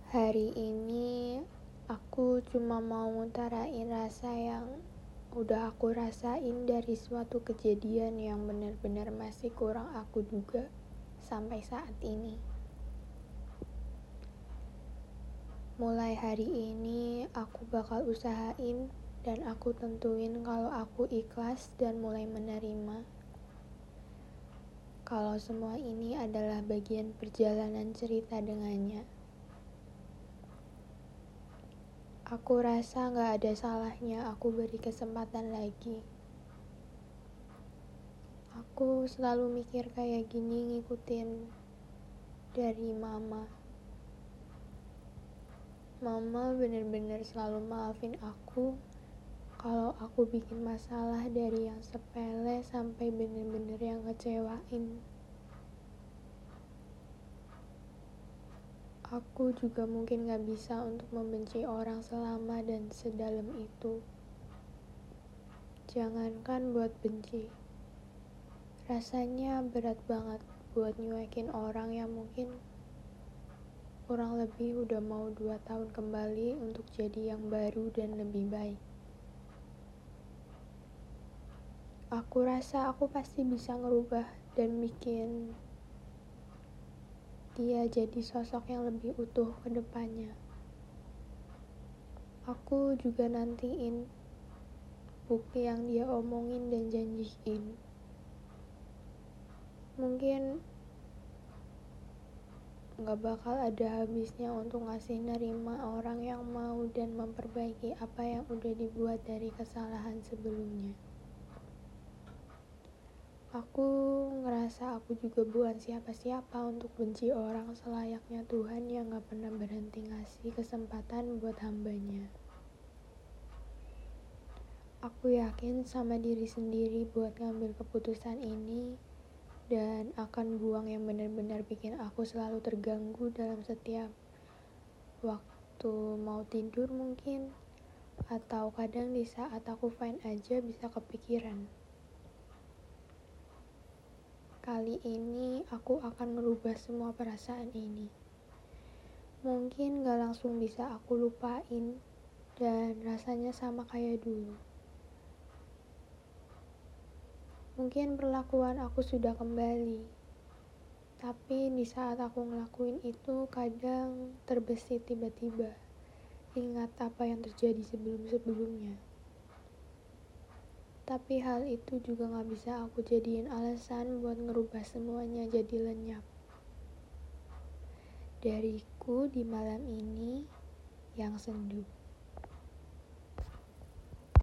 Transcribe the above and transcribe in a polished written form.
Hari ini aku cuma mau ngutarain rasa yang udah aku rasain dari suatu kejadian yang benar-benar masih kurang aku duga sampai saat ini. Mulai hari ini aku bakal usahain dan aku tentuin kalau aku ikhlas dan mulai menerima kalau semua ini adalah bagian perjalanan cerita dengannya. Aku rasa gak ada salahnya aku beri kesempatan lagi. Aku selalu mikir kayak gini ngikutin dari mama. Mama bener-bener selalu maafin aku kalau aku bikin masalah dari yang sepele sampai bener-bener yang ngecewain. Aku juga mungkin gak bisa untuk membenci orang selama dan sedalam itu. Jangankan buat benci, rasanya berat banget buat nyuekin orang yang mungkin kurang lebih udah mau 2 tahun kembali untuk jadi yang baru dan lebih baik. Aku rasa aku pasti bisa ngerubah dan bikin dia jadi sosok yang lebih utuh ke depannya. Aku juga nantiin bukti yang dia omongin dan janjiin. Mungkin gak bakal ada habisnya untuk ngasih nerima orang yang mau dan memperbaiki apa yang udah dibuat dari kesalahan sebelumnya. Aku ngerasa aku juga bukan siapa-siapa untuk benci orang selayaknya Tuhan yang gak pernah berhenti ngasih kesempatan buat hambanya. Aku yakin sama diri sendiri buat ngambil keputusan ini dan akan buang yang benar-benar bikin aku selalu terganggu dalam setiap waktu mau tidur mungkin, atau kadang di saat aku fine aja bisa kepikiran. Kali ini aku akan merubah semua perasaan ini. Mungkin gak langsung bisa aku lupain dan rasanya sama kayak dulu. Mungkin perlakuan aku sudah kembali, tapi di saat aku ngelakuin itu kadang terbesit tiba-tiba. Ingat apa yang terjadi sebelum-sebelumnya. Tapi hal itu juga gak bisa aku jadiin alasan buat ngerubah semuanya jadi lenyap. Dariku di malam ini yang sendu.